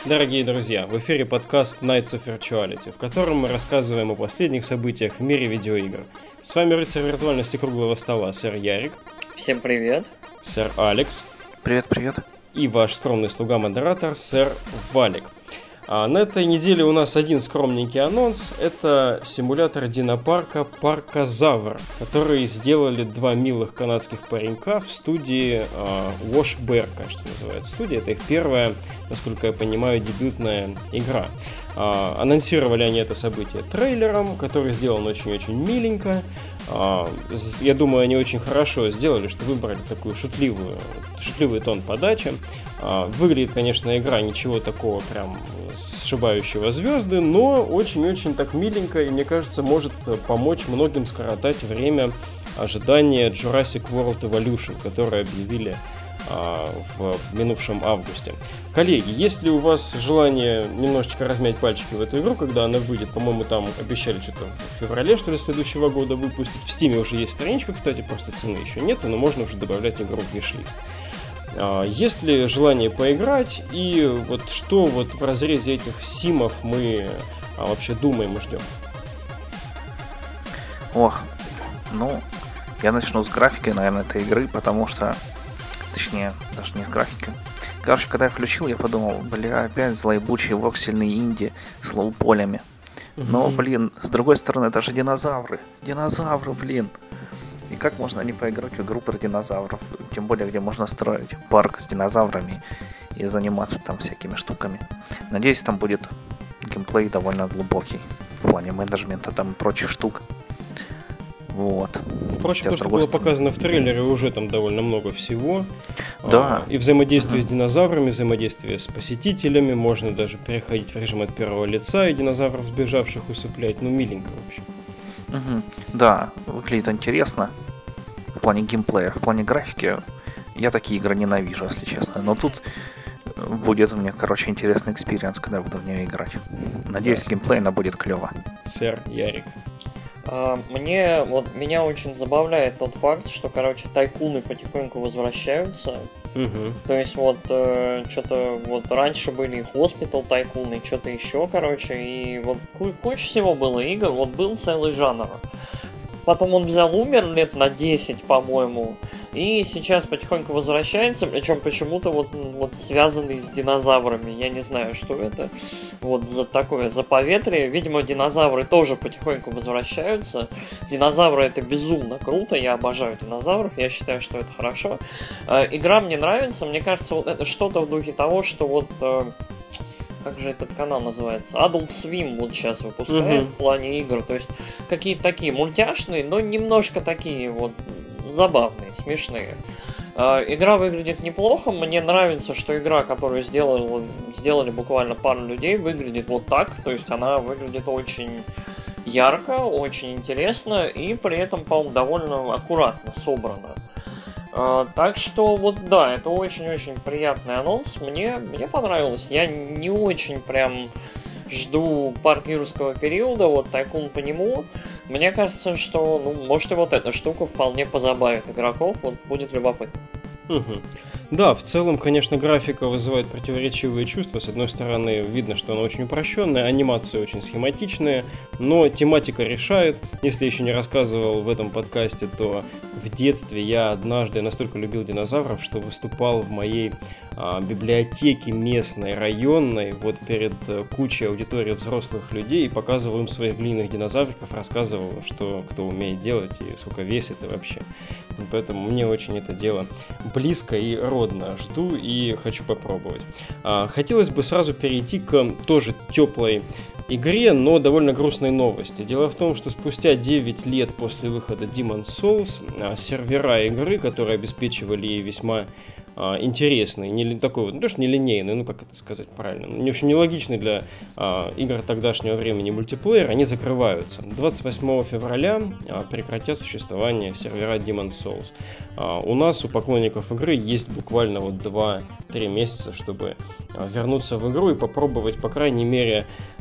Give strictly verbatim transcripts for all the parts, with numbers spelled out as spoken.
Дорогие друзья, в эфире подкаст Nights of Virtuality, в котором мы рассказываем о последних событиях в мире видеоигр. С вами рыцарь виртуальности круглого стола, сэр Ярик. Всем привет. Сэр Алекс. Привет-привет. И ваш скромный слуга-модератор, сэр Валик. А на этой неделе у нас один скромненький анонс. Это симулятор динопарка Паркозавр, который сделали два милых канадских паренька в студии э, Wash Bear, кажется, называется студия. Это их первая, насколько я понимаю, дебютная игра. А, анонсировали они это событие трейлером, который сделан очень-очень миленько. А, я думаю, они очень хорошо сделали, что выбрали такую шутливую, шутливый тон подачи. А, выглядит, конечно, игра ничего такого прям сшибающего звезды, но очень-очень так миленько и, мне кажется, может помочь многим скоротать время ожидания Jurassic World Evolution, которое объявили а, в минувшем августе. Коллеги, есть ли у вас желание немножечко размять пальчики в эту игру, когда она выйдет? По-моему, там обещали что-то в феврале, что ли, следующего года выпустить. В Steam уже есть страничка, кстати, просто цены еще нет, но можно уже добавлять игру в виш-лист. Есть ли желание поиграть, и вот что вот в разрезе этих симов мы а, вообще думаем и ждем? Ох, ну, я начну с графики, наверное, этой игры, потому что, точнее, даже не с графики. Короче, когда я включил, я подумал, бля, опять злоебучие воксельные инди с лоу-полями. Но, блин, с другой стороны, это же динозавры. Динозавры, блин. И как можно не поиграть в игру про динозавров? Тем более, где можно строить парк с динозаврами и заниматься там всякими штуками. Надеюсь, там будет геймплей довольно глубокий в плане менеджмента там и прочих штук. Вот. Впрочем, то, что было стороны... показано в трейлере, уже там довольно много всего. Да. А, и взаимодействие uh-huh. с динозаврами, взаимодействие с посетителями. Можно даже переходить в режим от первого лица и динозавров сбежавших усыплять. Ну, миленько, в общем. Угу. Да, выглядит интересно в плане геймплея, в плане графики. Я такие игры ненавижу, если честно. Но тут будет у меня, короче, интересный экспириенс, когда буду в нее играть. Надеюсь, да. Геймплейно будет клево. Сэр Ярик. А, мне, вот, меня очень забавляет тот факт, что, короче, тайкуны потихоньку возвращаются. Угу. То есть вот э, что-то вот раньше были и Hospital тайкуны, и что-то еще, короче, и вот ку- куча всего было игр, вот был целый жанр. Потом он взял, умер лет на десять, по-моему, и сейчас потихоньку возвращается, причем почему-то вот, вот связанный с динозаврами. Я не знаю, что это вот за такое заповетрие. Видимо, динозавры тоже потихоньку возвращаются. Динозавры — это безумно круто, я обожаю динозавров, я считаю, что это хорошо. Э, игра мне нравится, мне кажется, вот это что-то в духе того, что вот... Э, как же этот канал называется? Adult Swim вот сейчас выпускает uh-huh. в плане игр. То есть какие-то такие мультяшные, но немножко такие вот забавные, смешные. Э, игра выглядит неплохо. Мне нравится, что игра, которую сделали, сделали буквально пару людей, выглядит вот так. То есть она выглядит очень ярко, очень интересно и при этом, по-моему, довольно аккуратно собрана. Uh, так что вот да, это очень-очень приятный анонс. Мне, мне понравилось. Я не очень прям жду парк юрского периода, вот тайкун по нему. Мне кажется, что, ну, может, и вот эта штука вполне позабавит игроков. Вот будет любопытно. Угу. Да, в целом, конечно, графика вызывает противоречивые чувства. С одной стороны, видно, что она очень упрощенная, анимации очень схематичные, но тематика решает. Если я еще не рассказывал в этом подкасте, то в детстве я однажды настолько любил динозавров, что выступал в моей а, библиотеке местной, районной, вот перед кучей аудитории взрослых людей, и показывал им своих глиняных динозавриков, рассказывал, что кто умеет делать и сколько весит и вообще. Поэтому мне очень это дело близко и родно. Жду и хочу попробовать. А, хотелось бы сразу перейти к тоже теплой игре, но довольно грустной новости. Дело в том, что спустя девять лет после выхода Demon's Souls а, сервера игры, которые обеспечивали ей весьма а, интересный, не такой вот, ну, тоже нелинейный, ну как это сказать правильно, не очень нелогичный для а, игр тогдашнего времени мультиплеер, они закрываются. двадцать восьмого февраля а, прекратят существование сервера Demon's Souls. А, у нас, у поклонников игры, есть буквально вот два-три месяца, чтобы а, вернуться в игру и попробовать, по крайней мере,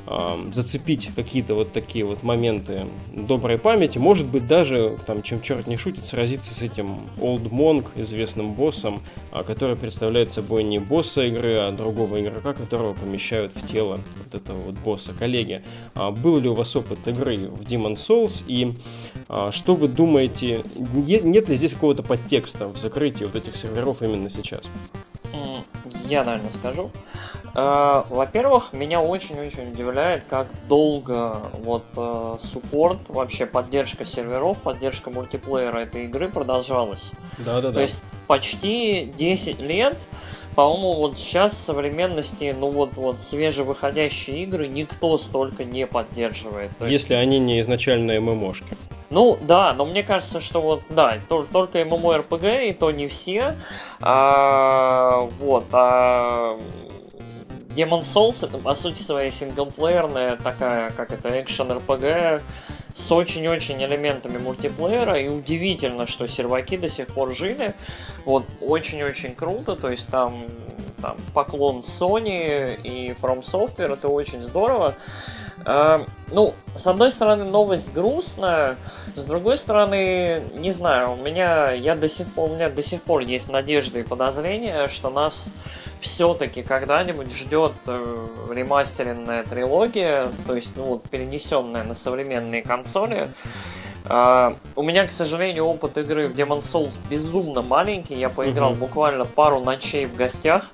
э, зацепить какие-то вот такие вот моменты доброй памяти, может быть, даже, там, чем черт не шутит, сразиться с этим Old Monk, известным боссом, э, который представляет собой не босса игры, а другого игрока, которого помещают в тело вот этого вот босса. Коллеги, э, был ли у вас опыт игры в Demon's Souls, и э, что вы думаете, нет ли здесь какого-то подтекста в закрытии вот этих серверов именно сейчас? Я, наверное, скажу. Во-первых, меня очень-очень удивляет, как долго вот суппорт, вообще поддержка серверов, поддержка мультиплеера этой игры продолжалась. Да-да-да. То есть почти десять лет, по-моему, вот сейчас в современности, ну вот, вот свежевыходящие игры никто столько не поддерживает. То есть... Если они не изначально эм эм о-шки. Ну да, но мне кажется, что вот да, только эм эм о эр пи джи, и то не все. А, вот, а Demon's Souls это по сути своей синглплеерная такая, как это, экшен эр пи джи с очень-очень элементами мультиплеера, и удивительно, что серваки до сих пор жили. Вот, очень-очень круто, то есть там, там поклон Sony и From Software, это очень здорово. Uh, ну, с одной стороны, новость грустная, с другой стороны, не знаю, у меня, я до сих пор, у меня до сих пор есть надежда и подозрения, что нас все-таки когда-нибудь ждет э, ремастеренная трилогия, то есть, ну, вот, перенесенная на современные консоли. Uh, у меня, к сожалению, опыт игры в Demon's Souls безумно маленький, я поиграл mm-hmm. буквально пару ночей в гостях.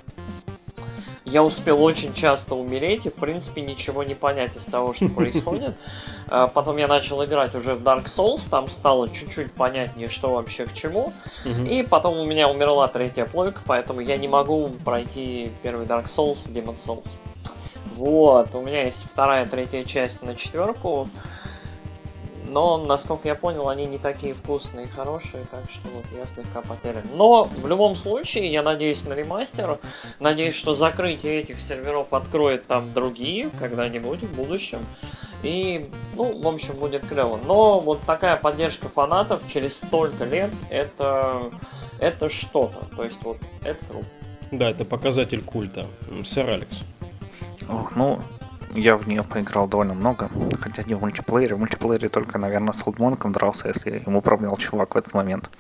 Я успел очень часто умереть и, в принципе, ничего не понять из того, что происходит. Потом я начал играть уже в Dark Souls, там стало чуть-чуть понятнее, что вообще к чему. И потом у меня умерла третья плойка, поэтому я не могу пройти первый Dark Souls, Demon's Souls. Вот, у меня есть вторая, третья часть на четверку. Но, насколько я понял, они не такие вкусные и хорошие, так что вот я слегка потерян. Но, в любом случае, я надеюсь на ремастер. Надеюсь, что закрытие этих серверов откроет там другие когда-нибудь в будущем. И, ну, в общем, будет клево. Но вот такая поддержка фанатов через столько лет, это, это что-то. То есть, вот, это круто. Да, это показатель культа. Сэр Алекс. Ох, ну... Я в нее поиграл довольно много, хотя не в мультиплеере. В мультиплеере только, наверное, с Old Monk'ом дрался, если им управлял чувак в этот момент.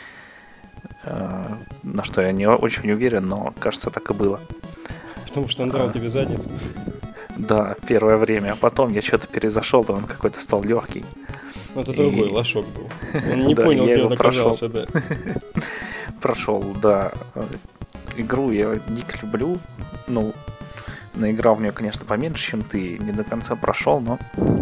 На что я не очень уверен, но кажется, так и было. Потому что он драл а, тебе задницу? Да, первое время. А потом я что-то перезашел, да он какой-то стал легкий. Ну, это другой лошок был. Он не понял, где он оказался, да. Прошел, да. Игру я дико люблю. Ну, наиграл в нее, конечно, поменьше, чем ты. Не до конца прошел, но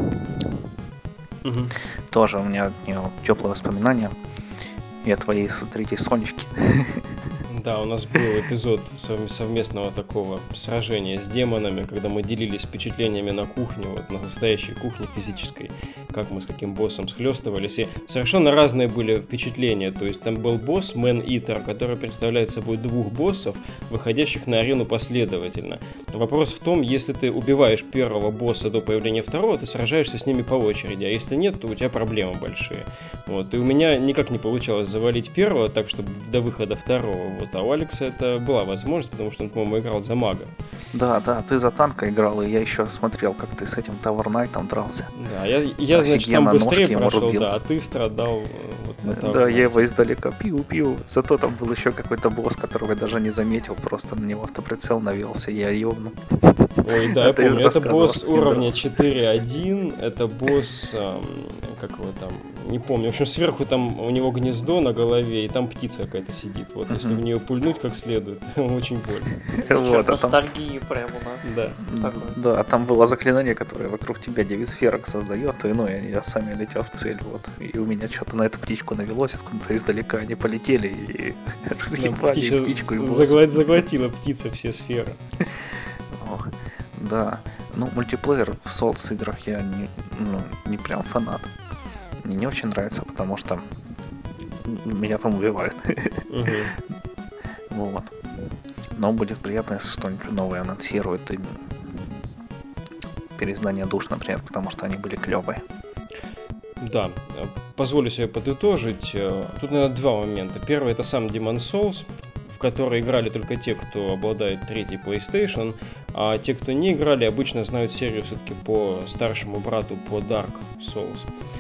угу. тоже у меня от нее теплые воспоминания. И от твоей третьей Сонечки. Да, у нас был эпизод совместного такого сражения с демонами, когда мы делились впечатлениями на кухне, вот на настоящей кухне физической, как мы с каким боссом схлестывались, и совершенно разные были впечатления. То есть там был босс Man Eater, который представляет собой двух боссов, выходящих на арену последовательно. Вопрос в том, если ты убиваешь первого босса до появления второго, ты сражаешься с ними по очереди, а если нет, то у тебя проблемы большие. Вот. И у меня никак не получалось завалить первого, так чтобы до выхода второго. Вот. А у Алекса это была возможность, потому что он, по-моему, играл за мага. Да, да, ты за танка играл, и я еще смотрел, как ты с этим Tower Knight'ом дрался. Да, я, я значит, там быстрее прошел, да, а ты страдал вот на Tower Да, Knight. Я его издалека пиу-пиу. Зато там был еще какой-то босс, которого я даже не заметил, просто на него автоприцел навелся, я ёбнул. Ой, да, я помню, это босс уровня четыре один, это босс, как его там, не помню, в общем, сверху там у него гнездо на голове, и там птица какая-то сидит, вот, uh-huh. если в нее пульнуть как следует, очень больно. Вот, ностальгии там... прям у нас. Да. Да, а там было заклинание, которое вокруг тебя девять сферок создает, и ну, я сами летел в цель, вот, и у меня что-то на эту птичку навелось, откуда-то издалека они полетели, и разъебали птичку. Заглотила птица все сферы. Ох, да, ну, мультиплеер в Souls играх я не, ну, не прям фанат. Мне не очень нравится, потому что меня там убивают. Uh-huh. Вот. Но будет приятно, если что-нибудь новое анонсируют. И переиздание душ, например, потому что они были клевые. Да, позволю себе подытожить. Тут, наверное, два момента. Первый — это сам Demon's Souls, в который играли только те, кто обладает третьей PlayStation. а те, кто не играли, обычно знают серию все-таки по старшему брату, по Dark Souls.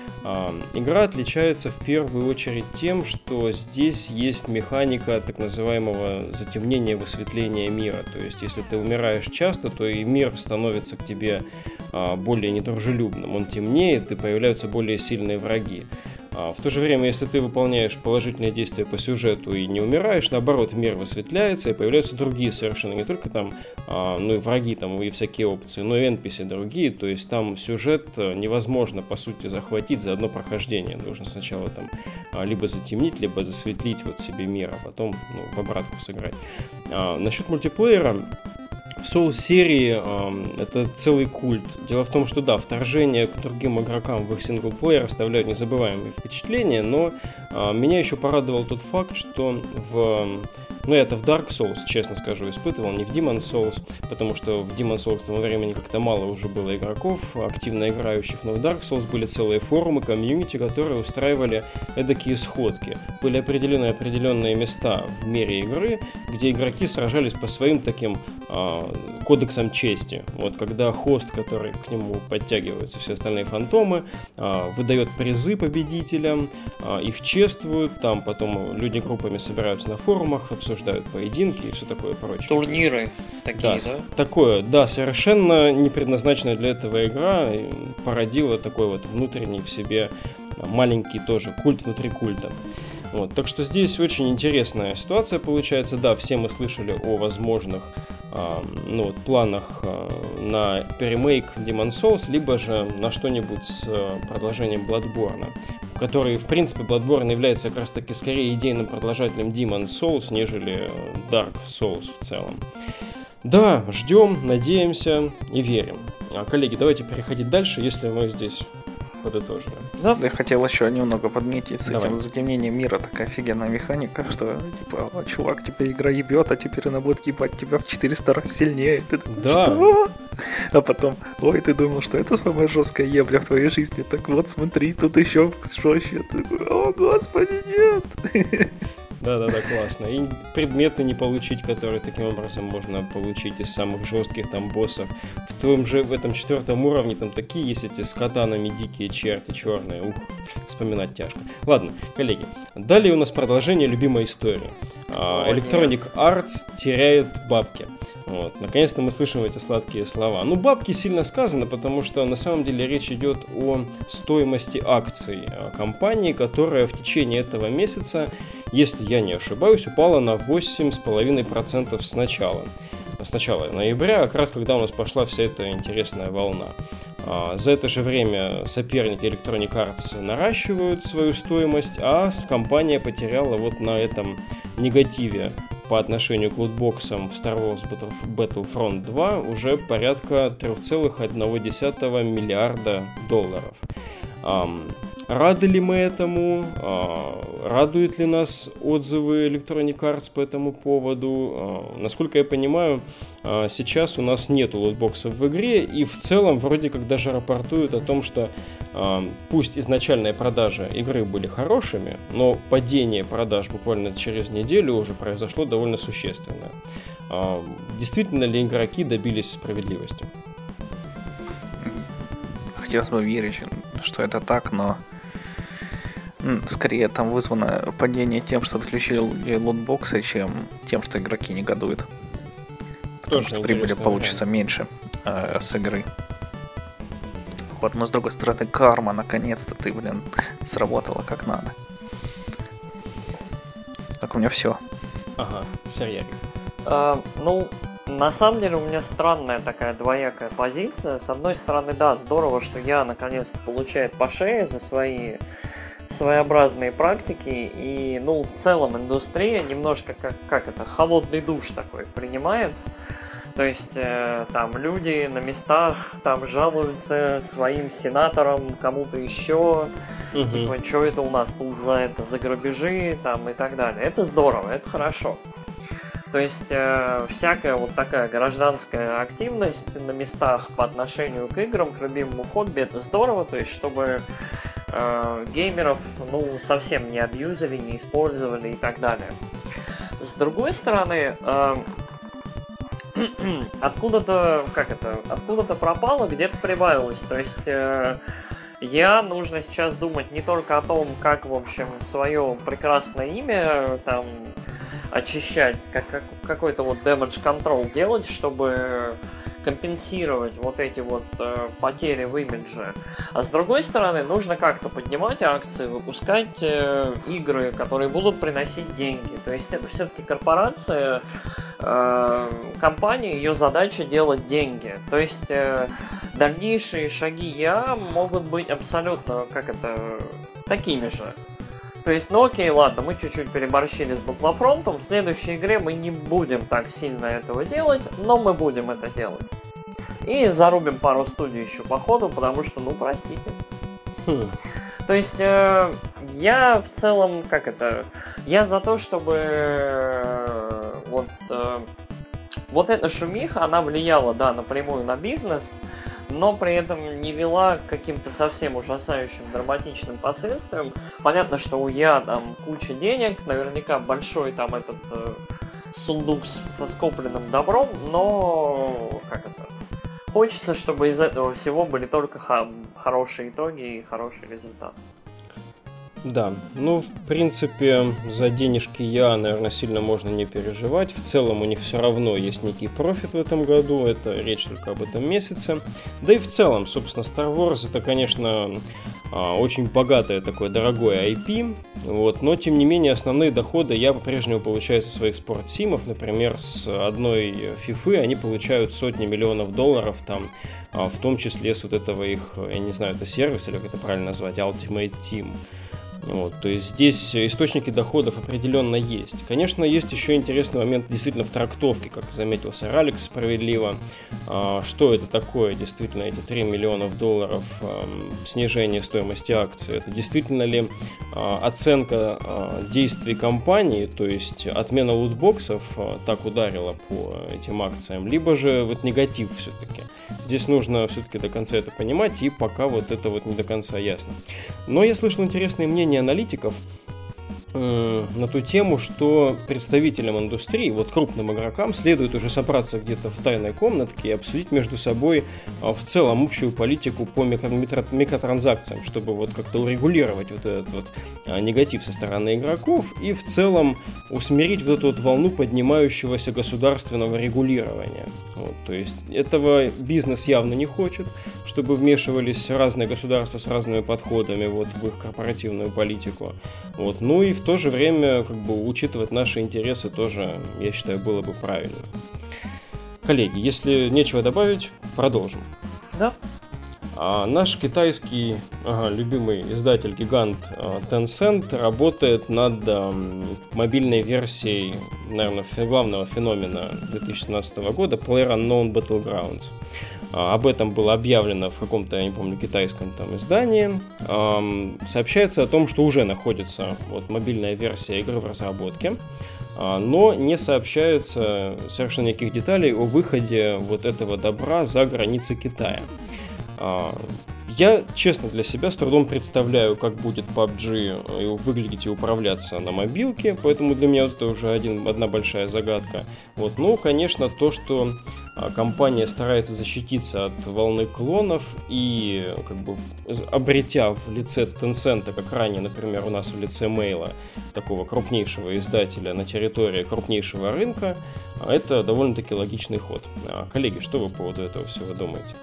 Игра отличается в первую очередь тем, что здесь есть механика так называемого затемнения, высветления мира. То есть, если ты умираешь часто, то и мир становится к тебе более недружелюбным. Он темнеет, и появляются более сильные враги. В то же время, если ты выполняешь положительные действия по сюжету и не умираешь, наоборот, мир высветляется, и появляются другие совершенно, не только там, ну и враги, там, и всякие опции, но и эн пи си другие, то есть там сюжет невозможно, по сути, захватить за одно прохождение. Нужно сначала там либо затемнить, либо засветлить вот себе мир, а потом, ну, в обратку сыграть. А, насчет мультиплеера, в Souls-серии э, это целый культ. Дело в том, что да, вторжение к другим игрокам в их синглплеер оставляют незабываемые впечатления, но э, меня еще порадовал тот факт, что в... Ну, я это в Dark Souls, честно скажу, испытывал, не в Demon's Souls, потому что в Demon's Souls к тому времени как-то мало уже было игроков, активно играющих, но в Dark Souls были целые форумы, комьюнити, которые устраивали эдакие сходки. Были определены определенные места в мире игры, где игроки сражались по своим таким э, кодексам чести. Вот когда хост, который к нему подтягиваются все остальные фантомы, э, выдает призы победителям, э, их чествуют, там потом люди группами собираются на форумах, обсуждают поединки и все такое прочее. Турниры такие, да? Да, такое, да, совершенно не предназначенная для этого игра породила такой вот внутренний в себе маленький тоже культ внутри культа. Вот, так что здесь очень интересная ситуация получается. Да, все мы слышали о возможных э, ну, вот, планах э, на перемейк Demon's Souls, либо же на что-нибудь с э, продолжением Bloodborne, который, в принципе, Bloodborne является как раз-таки скорее идейным продолжателем Demon's Souls, нежели Dark Souls в целом. Да, ждем, надеемся и верим. А, коллеги, давайте переходить дальше, если мы здесь подытожили. Да, я хотел еще немного подметить с Давай. этим затемнением мира. Такая офигенная механика, что типа, о, чувак, тебя игра ебет, а теперь она будет ебать тебя в четыреста раз сильнее. Ты думаешь, Да. что? А потом, ой, ты думал, что это самая жесткая ебля в твоей жизни. Так вот, смотри, тут еще жестче. Ты такой, о, господи, нет. Да-да-да, классно. И предметы не получить, которые таким образом можно получить из самых жестких там боссов. В том же, в этом четвертом уровне там такие есть эти с катанами дикие черти черные. Ух, вспоминать тяжко. Ладно, коллеги. Далее у нас продолжение любимой истории. О, Electronic Arts теряет бабки. Вот. Наконец-то мы слышим эти сладкие слова. Ну, бабки сильно сказано, потому что на самом деле речь идет о стоимости акций компании, которая в течение этого месяца, если я не ошибаюсь, упала на восемь целых пять десятых процента с начала. С начала ноября, как раз когда у нас пошла вся эта интересная волна. За это же время соперники Electronic Arts наращивают свою стоимость, а компания потеряла вот на этом негативе по отношению к лутбоксам в Star Wars Battlefront два уже порядка три целых одна десятая миллиарда долларов. Рады ли мы этому? Радуют ли нас отзывы Electronic Arts по этому поводу? Насколько я понимаю, сейчас у нас нету лутбоксов в игре, и в целом вроде как даже рапортуют о том, что пусть изначальные продажи игры были хорошими, но падение продаж буквально через неделю уже произошло довольно существенное. Действительно ли игроки добились справедливости? Хотелось бы верить, что это так, но скорее там вызвано падение тем, что отключили лутбоксы, чем тем, что игроки негодуют. Потому что прибыли получится меньше э, с игры. Вот, но с другой стороны, карма, наконец-то ты, блин, сработала как надо. Так, у меня все. Ага, Серьярик. А, ну, на самом деле у меня странная такая двоякая позиция. С одной стороны, да, здорово, что я наконец-то получаю по шее за свои своеобразные практики, и, ну, в целом индустрия немножко как, как это, холодный душ такой принимает. То есть, э, там люди на местах там жалуются своим сенаторам, кому-то еще, угу. Типа, что это у нас тут за это, за грабежи, там, и так далее. Это здорово, это хорошо. То есть, э, всякая вот такая гражданская активность на местах по отношению к играм, к любимому хобби, это здорово, то есть, чтобы э, геймеров, ну, совсем не абьюзили, не использовали и так далее. С другой стороны, э, откуда-то, как это, откуда-то пропало, где-то прибавилось. То есть э, я нужно сейчас думать не только о том, как, в общем, свое прекрасное имя там очищать, как, как какой-то вот damage control делать, чтобы компенсировать вот эти вот э, потери в имидже. А с другой стороны, нужно как-то поднимать акции, выпускать э, игры, которые будут приносить деньги. То есть это все-таки корпорация, э, компания, ее задача делать деньги. То есть э, дальнейшие шаги и а могут быть абсолютно, как это, такими же. То есть, ну окей, ладно, мы чуть-чуть переборщили с Battlefront, в следующей игре мы не будем так сильно этого делать, но мы будем это делать. И зарубим пару студий еще по ходу, потому что, ну, простите. Хм. То есть, э, я в целом, как это, я за то, чтобы э, вот, э, вот эта шумиха, она влияла, да, напрямую на бизнес, но при этом не вела к каким-то совсем ужасающим драматичным последствиям. Понятно, что у и а там куча денег, наверняка большой там этот э, сундук со скопленным добром, но как это? Хочется, чтобы из этого всего были только х- хорошие итоги и хороший результат. Да, ну, в принципе, за денежки и а, наверное, сильно можно не переживать. В целом у них все равно есть некий профит в этом году, это речь только об этом месяце. Да и в целом, собственно, Star Wars это, конечно, очень богатое такое дорогое ай пи, вот, но, тем не менее, основные доходы я по-прежнему получаю со своих спортсимов. Например, с одной фифы они получают сотни миллионов долларов, там, в том числе с вот этого их, я не знаю, это сервис или как это правильно назвать, Ultimate Team. Вот, то есть здесь источники доходов определенно есть. Конечно, есть еще интересный момент действительно в трактовке, как заметил сэр Алекс справедливо. А, что это такое, действительно, эти три миллиона долларов а, снижения стоимости акций? Это действительно ли а, оценка а, действий компании, то есть отмена лутбоксов а, так ударила по этим акциям, либо же вот негатив все-таки? Здесь нужно все-таки до конца это понимать, и пока вот это вот не до конца ясно. Но я слышал интересные мнения аналитиков э, на ту тему, что представителям индустрии, вот крупным игрокам, следует уже собраться где-то в тайной комнатке и обсудить между собой э, в целом общую политику по микро- микро- микротранзакциям, чтобы вот как-то урегулировать вот этот вот э, негатив со стороны игроков и в целом усмирить вот эту вот волну поднимающегося государственного регулирования. Вот, то есть этого бизнес явно не хочет, чтобы вмешивались разные государства с разными подходами вот, в их корпоративную политику. Вот. Ну и в то же время как бы, учитывать наши интересы тоже, я считаю, было бы правильно. Коллеги, если нечего добавить, продолжим. Да. А наш китайский ага, любимый издатель-гигант Tencent работает над а, мобильной версией, наверное, главного феномена две тысячи семнадцатого года PlayerUnknown Battlegrounds. А, об этом было объявлено в каком-то, я не помню, китайском там издании. А, сообщается о том, что уже находится вот, мобильная версия игры в разработке, а, но не сообщается совершенно никаких деталей о выходе вот этого добра за границы Китая. Я, честно, для себя с трудом представляю, как будет пабг выглядеть и управляться на мобилке, поэтому для меня это уже один, одна большая загадка. Вот. Ну, конечно, то, что компания старается защититься от волны клонов и, как бы, обретя в лице Tencent, как ранее, например, у нас в лице Мейла, такого крупнейшего издателя на территории крупнейшего рынка, это довольно-таки логичный ход. Коллеги, что вы по поводу этого всего думаете?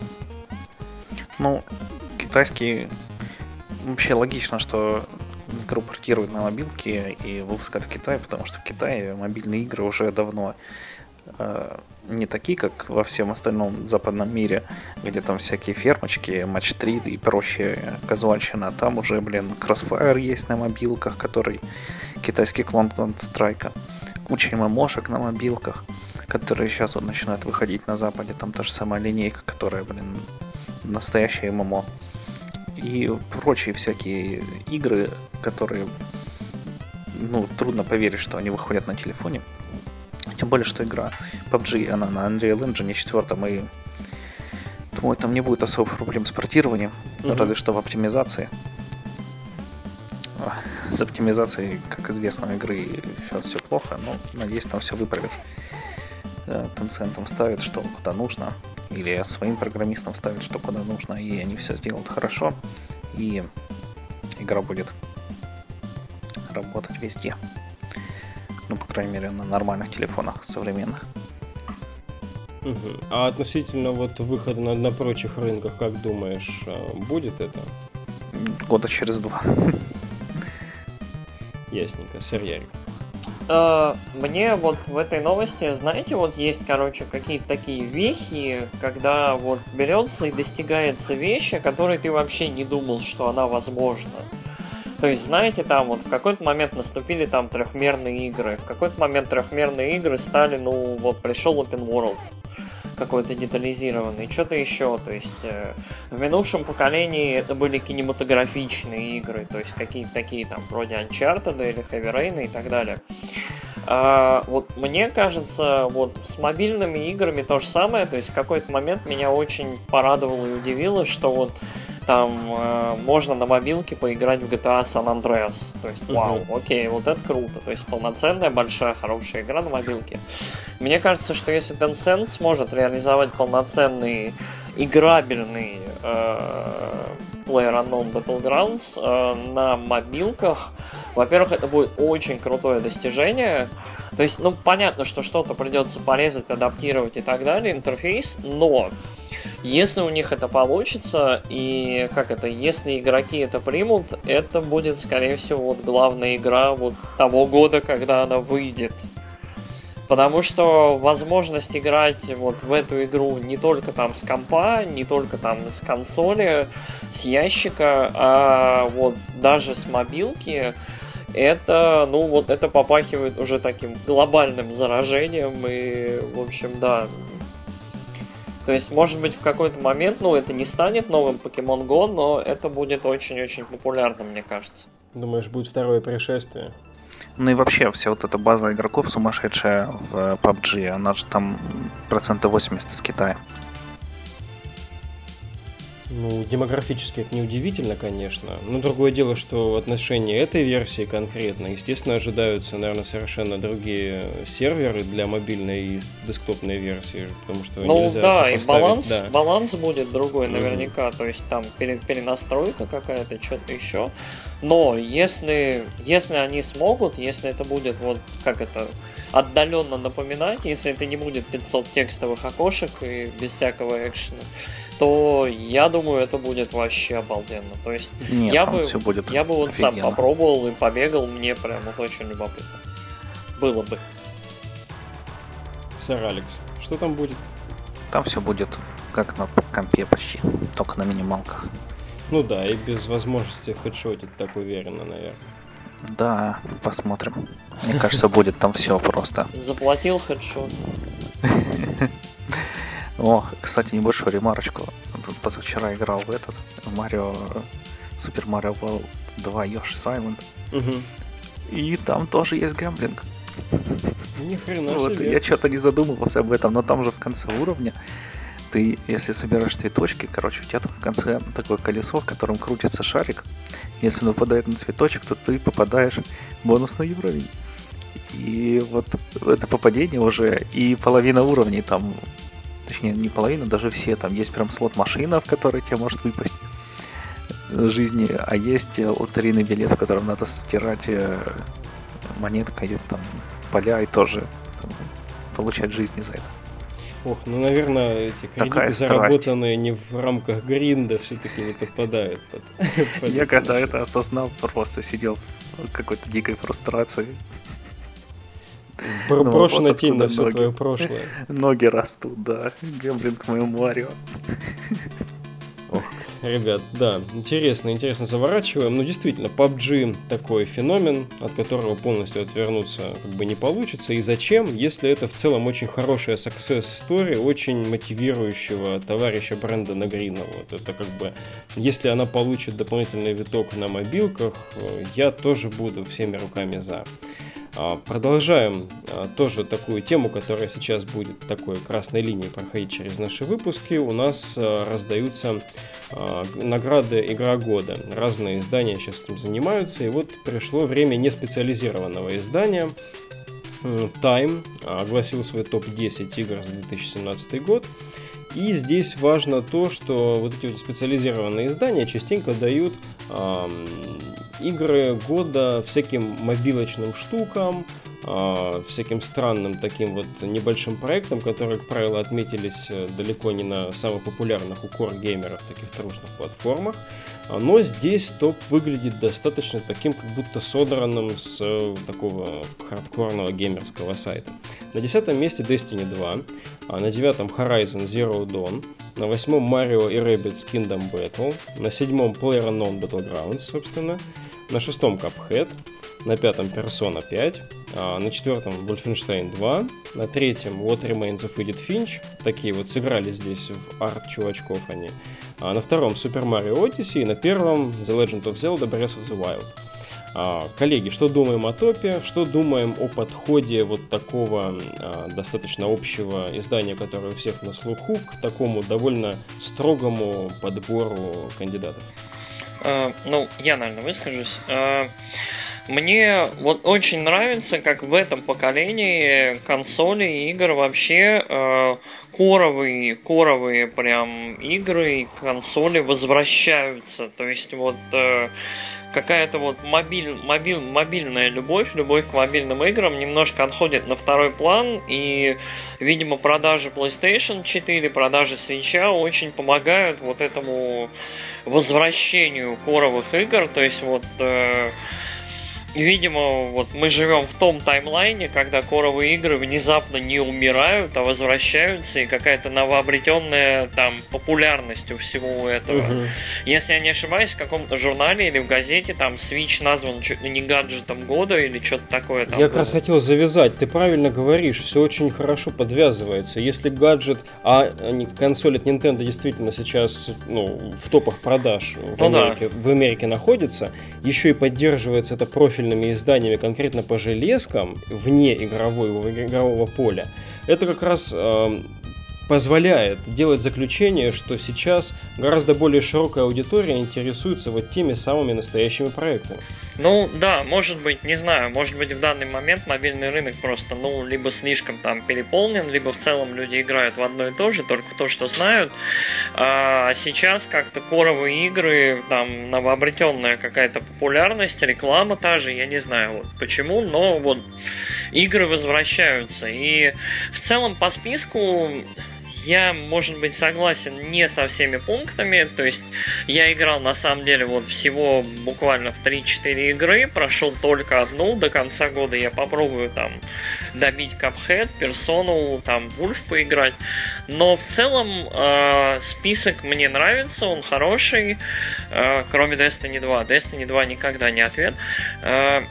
Ну, китайский... Вообще логично, что игру портируют на мобилки и выпускают в Китае, потому что в Китае мобильные игры уже давно э, не такие, как во всем остальном западном мире, где там всякие фермочки, матч три и прочая казуальщина. Там уже, блин, Crossfire есть на мобилках, который китайский клон Counter-Strike. Куча эм-эм-ошек на мобилках, которые сейчас вот начинают выходить на Западе. Там та же самая линейка, которая, блин, настоящее эм эм о. И прочие всякие игры, которые, ну, трудно поверить, что они выходят на телефоне. Тем более, что игра пабг, она на Unreal Engine четыре, и думаю, там не будет особых проблем с портированием, mm-hmm. разве что в оптимизации. С оптимизацией, как известно, игры сейчас все плохо, но, надеюсь, там все выправят. Tencent ставит, что куда нужно, или своим программистам ставит, что куда нужно, и они все сделают хорошо, и игра будет работать везде. Ну, по крайней мере, на нормальных телефонах современных. Угу. А относительно вот выхода на, на прочих рынках, как думаешь, будет это? Года через два. Ясненько, сэр Ярик. Uh, мне вот в этой новости, знаете, вот есть, короче, какие-то такие вехи, когда вот берется и достигается вещь, о которой ты вообще не думал, что она возможна. То есть, знаете, там вот в какой-то момент наступили там трехмерные игры, в какой-то момент трехмерные игры стали, ну вот пришел Open World какой-то детализированный, что-то еще, то есть э, в минувшем поколении это были кинематографичные игры, то есть какие-то такие там вроде Uncharted или Heavy Rain и так далее. А, вот мне кажется, вот с мобильными играми то же самое, то есть в какой-то момент меня очень порадовало и удивило, что вот там э, можно на мобилке поиграть в джи ти эй San Andreas. То есть, вау, окей, вот это круто. То есть полноценная, большая, хорошая игра на мобилке. Мне кажется, что если Tencent сможет реализовать полноценный, играбельный э, PlayerUnknown Battlegrounds э, на мобилках, во-первых, это будет очень крутое достижение. То есть, ну, понятно, что что-то придется порезать, адаптировать и так далее, интерфейс, но если у них это получится, и как это, если игроки это примут, это будет, скорее всего, вот главная игра вот того года, когда она выйдет. Потому что возможность играть вот в эту игру не только там с компа, не только там с консоли, с ящика, а вот даже с мобилки, это, ну вот это попахивает уже таким глобальным заражением, и, в общем, да. То есть, может быть, в какой-то момент, ну, это не станет новым Pokemon Go, но это будет очень-очень популярно, мне кажется. Думаешь, будет второе пришествие? Ну и вообще, вся вот эта база игроков сумасшедшая в пабг, она же там процентов восемьдесят из Китая. Ну, демографически это неудивительно, конечно. Но другое дело, что в отношении этой версии конкретно, естественно, ожидаются, наверное, совершенно другие серверы для мобильной и десктопной версии, потому что ну, нельзя да, сопоставить. И баланс, да, баланс будет другой mm-hmm. наверняка, то есть там перенастройка какая-то, что-то еще. Но если, если они смогут, если это будет вот, как это, отдаленно напоминать, если это не будет пятьсот текстовых окошек и без всякого экшена, то я думаю, это будет вообще обалденно. То есть Нет, я бы, все будет я бы вот офигенно. сам попробовал и побегал, мне прям вот очень любопытно. Было бы. Сэр Алекс, что там будет? Там все будет как на компе почти, только на минималках. Ну да, и без возможности хедшотить так уверенно, наверное. Да, посмотрим. Мне кажется, будет там все просто. Заплатил хедшот. О, кстати, небольшую ремарочку. Тут позавчера играл в этот Марио, Супер Марио World два Yoshi's Island. Угу. И там тоже есть гэмблинг. Ни хрена вот, себе. Я что-то не задумывался об этом, но там же в конце уровня ты, если собираешь цветочки, короче, у тебя там в конце такое колесо, в котором крутится шарик. Если он выпадает на цветочек, то ты попадаешь в бонусный уровень. И вот это попадение уже и половина уровней там, точнее не половина, даже все, там есть прям слот-машина, в которой тебе может выпасть жизни, а есть лотерейный билет, в котором надо стирать монеткой там поля и тоже там, получать жизни за это. Ох, ну, наверное, эти кредиты, заработанные не в рамках гринда, все-таки не подпадают под... под Я когда это осознал, просто сидел в какой-то дикой фрустрации. Брошена тень на все твое прошлое. Ноги растут, да. Гэмблинг в моем Марио. Ох, ребят, да, интересно, интересно заворачиваем. Ну, действительно, пабг такой феномен, от которого полностью отвернуться как бы не получится. И зачем, если это в целом очень хорошая success story, очень мотивирующего товарища Брэндона Грина. Вот это как бы, если она получит дополнительный виток на мобилках, я тоже буду всеми руками за. Продолжаем тоже такую тему, которая сейчас будет такой красной линией проходить через наши выпуски. У нас раздаются награды Игра года. Разные издания сейчас этим занимаются. И вот пришло время неспециализированного издания. Time огласил свой топ десять игр за две тысячи семнадцатый год. И здесь важно то, что вот эти вот специализированные издания частенько дают э, игры года всяким мобилочным штукам, э, всяким странным таким вот небольшим проектам, которые, как правило, отметились далеко не на самых популярных у кор-геймеров таких трушных платформах. Но здесь топ выглядит достаточно таким, как будто содранным с такого хардкорного геймерского сайта. На десятом месте Destiny два, а на девятом Horizon Zero Dawn, на восьмом Mario и Rabbids Kingdom Battle, на седьмом PlayerUnknown Battlegrounds, собственно, на шестом Cuphead, на пятом Persona пять, а на четвертом Wolfenstein два, на третьем What Remains of Edith Finch, такие вот сыграли здесь в арт чувачков они, а на втором Super Mario Odyssey и на первом The Legend of Zelda Breath of the Wild. А, коллеги, что думаем о топе, что думаем о подходе вот такого а, достаточно общего издания, которое у всех на слуху, к такому довольно строгому подбору кандидатов? Uh, ну, я, наверное, выскажусь. Uh... Мне вот очень нравится, как в этом поколении консоли и игр вообще э, коровые, коровые прям игры и консоли возвращаются. То есть вот э, какая-то вот мобиль, мобиль, мобильная любовь, любовь к мобильным играм немножко отходит на второй план. И, видимо, продажи PlayStation четыре, продажи Switch очень помогают вот этому возвращению коровых игр. То есть вот... Э, Видимо, вот мы живем в том таймлайне, когда коровые игры внезапно не умирают, а возвращаются, и какая-то новообретенная там популярность у всего этого. Uh-huh. Если я не ошибаюсь, в каком-то журнале или в газете там Switch назван чуть ли не гаджетом года или что-то такое. Там я было. Как раз хотел завязать, ты правильно говоришь, все очень хорошо подвязывается. Если гаджет, а консоль от Nintendo действительно сейчас ну, в топах продаж в, ну Америке, да. в Америке находится, еще и поддерживается это профиль изданиями конкретно по железкам вне игрового, игрового поля, это как раз э, позволяет делать заключение, что сейчас гораздо более широкая аудитория интересуется вот теми самыми настоящими проектами. Ну да, может быть, не знаю, может быть в данный момент мобильный рынок просто, ну, либо слишком там переполнен, либо в целом люди играют в одно и то же, только в то, что знают. А сейчас как-то коровые игры, там, новообретенная какая-то популярность, реклама та же, я не знаю вот почему, но вот игры возвращаются. И в целом по списку... Я, может быть, согласен не со всеми пунктами, то есть я играл на самом деле вот всего буквально в три-четыре игры, прошел только одну, до конца года я попробую там добить Cuphead, Persona, там Wolf поиграть, но в целом э, список мне нравится, он хороший, э, кроме Destiny два. Destiny два никогда не ответ. Э,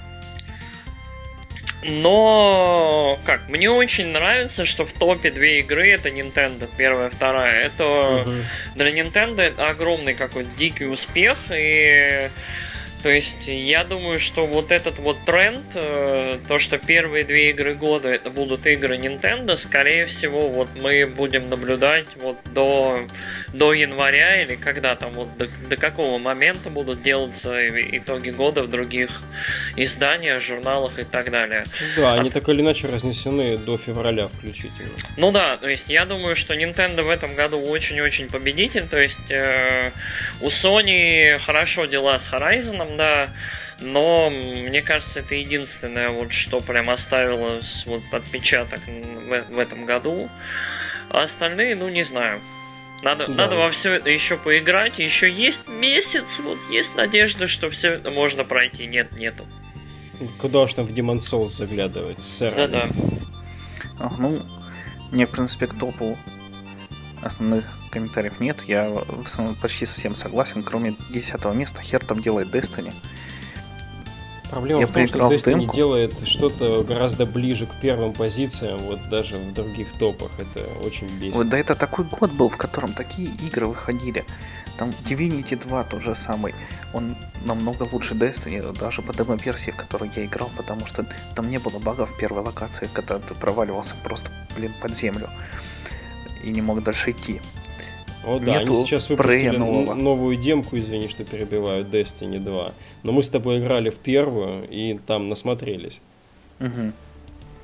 Но, как, мне очень нравится, что в топе две игры, это Nintendo, первая, вторая. Это uh-huh. для Nintendo это огромный какой-то дикий успех, и то есть я думаю, что вот этот вот тренд, то, что первые две игры года это будут игры Nintendo, скорее всего, вот мы будем наблюдать вот до, до января или когда там вот до, до какого момента будут делаться итоги года в других изданиях, журналах и так далее. Да, они а... так или иначе разнесены до февраля включительно. Ну да, то есть я думаю, что Nintendo в этом году очень-очень победитель, то есть э, у Sony хорошо дела с Horizon, да, но мне кажется, это единственное, вот, что прям оставило вот, отпечаток в, в этом году. А остальные, ну, не знаю. Надо, да. надо во все это еще поиграть. Еще есть месяц, вот есть надежда, что все это можно пройти. Нет, нету. Куда уж там в Demon's Souls заглядывать, сэр. Да-да. Ах, ну, мне, в принципе, к топу основных комментариев нет. Я почти совсем согласен. Кроме десятого места, хер там делает Destiny. Проблема я в том, что Destiny делает что-то гораздо ближе к первым позициям, вот даже в других топах. Это очень бесит. Вот, да это такой год был, в котором такие игры выходили. Там Divinity два тот же самый. Он намного лучше Destiny, даже по демо-версии, в которой я играл, потому что там не было багов в первой локации, когда ты проваливался просто, блин, под землю и не мог дальше идти. О да, Нету они сейчас выпустили новую демку, извини, что перебиваю, Destiny два. Но мы с тобой играли в первую и там насмотрелись. Угу.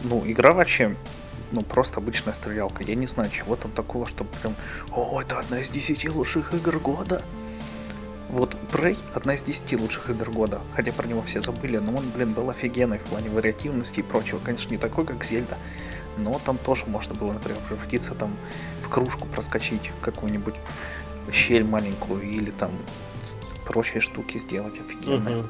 ну, игра вообще, ну, просто обычная стрелялка. Я не знаю, чего там такого, что прям, о, это одна из десяти лучших игр года. Вот Prey одна из десяти лучших игр года, хотя про него все забыли, но он, блин, был офигенный в плане вариативности и прочего. Конечно, не такой, как Зельда, но там тоже можно было, например, превратиться там в кружку, проскочить какую-нибудь щель маленькую или там прочие штуки сделать офигенные.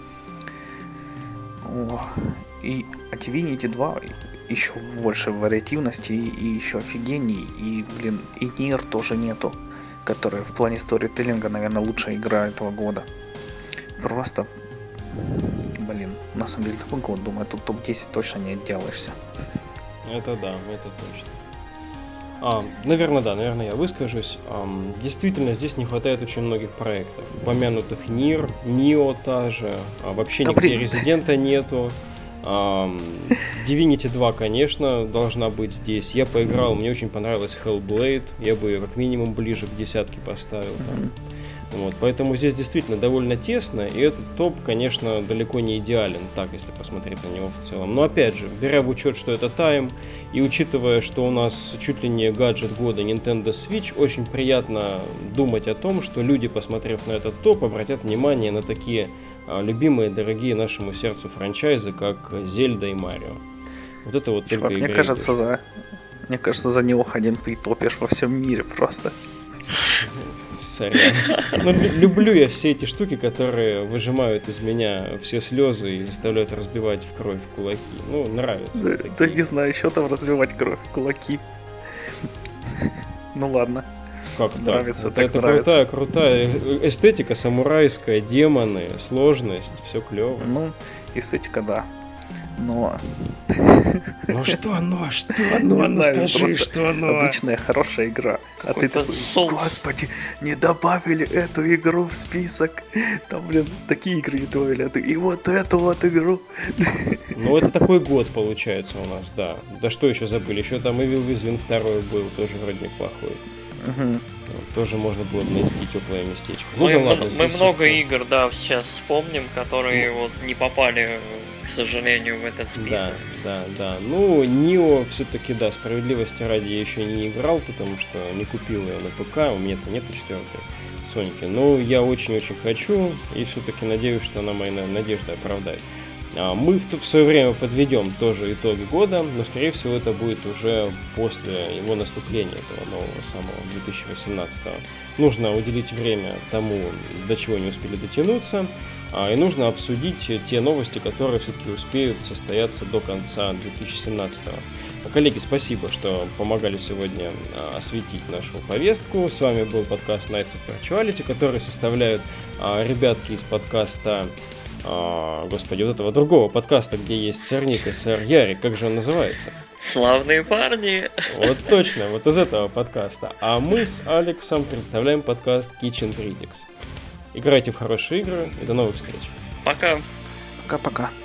Uh-huh. О, и а Divinity два еще больше вариативности и, и еще офигенней, и, блин, и Нир тоже нету, которая в плане сторителлинга, наверное, лучшая игра этого года. Просто, блин, на самом деле такой год, думаю, тут топ десять точно не отделаешься. Это да, это точно. А, наверное, да, наверное, я выскажусь. А, действительно, здесь не хватает очень многих проектов. Упомянутых Нир, Нио та же, а вообще да нигде Резидента нету. А, Divinity два, конечно, должна быть здесь. Я поиграл, мне очень понравилась Hellblade. Я бы ее как минимум ближе к десятке поставил там. Mm-hmm. Вот, поэтому здесь действительно довольно тесно, и этот топ, конечно, далеко не идеален, так, если посмотреть на него в целом. Но опять же, беря в учет, что это тайм, и учитывая, что у нас чуть ли не гаджет года Nintendo Switch, очень приятно думать о том, что люди, посмотрев на этот топ, обратят внимание на такие а, любимые, дорогие нашему сердцу франчайзы, как Зельда и Марио. Вот это вот Чувак, только мне кажется, за... мне кажется, за него один ты топишь во всем мире просто. Сорян. Но люблю я все эти штуки, которые выжимают из меня все слезы и заставляют разбивать в кровь кулаки. Ну, нравится. Да, да не знаю, что там разбивать кровь кулаки. Ну ладно. Как так? Нравится, это так это нравится. крутая, крутая эстетика самурайская, демоны, сложность, все клево. Ну, эстетика, да. Но... Ну что оно, что оно, не ну знаю, скажи, что оно. Обычная хорошая игра. А ты такой, соус. Господи, не добавили эту игру в список. Там, блин, такие игры не добавили, а ты и вот эту вот игру. Ну это такой год получается у нас, да. Да что еще забыли? Еще там Evil Within два был, тоже вроде неплохой. Угу. Тоже можно было найти теплое местечко. Ну мы да ладно. мы много все... игр, да, сейчас вспомним, которые вот не попали, к сожалению, в этот список. Да, да, да. Ну, Нио все-таки, да, справедливости ради я еще не играл, потому что не купил ее на ПК, у меня-то нет четвертой Соники. Но я очень-очень хочу, и все-таки надеюсь, что она мои надежды оправдает. Мы в, в свое время подведем тоже итоги года, но, скорее всего, это будет уже после его наступления, этого нового самого две тысячи восемнадцатого. Нужно уделить время тому, до чего не успели дотянуться, и нужно обсудить те новости, которые все-таки успеют состояться до конца две тысячи семнадцатого. Коллеги, спасибо, что помогали сегодня осветить нашу повестку. С вами был подкаст Nights of Virtuality, который составляют ребятки из подкаста... А, господи, вот этого другого подкаста, где есть сэр Ник и сэр Ярик, как же он называется? Славные парни! Вот точно, вот из этого подкаста. А мы с Алексом представляем подкаст Kitchen Critics. Играйте в хорошие игры и до новых встреч. Пока! Пока-пока.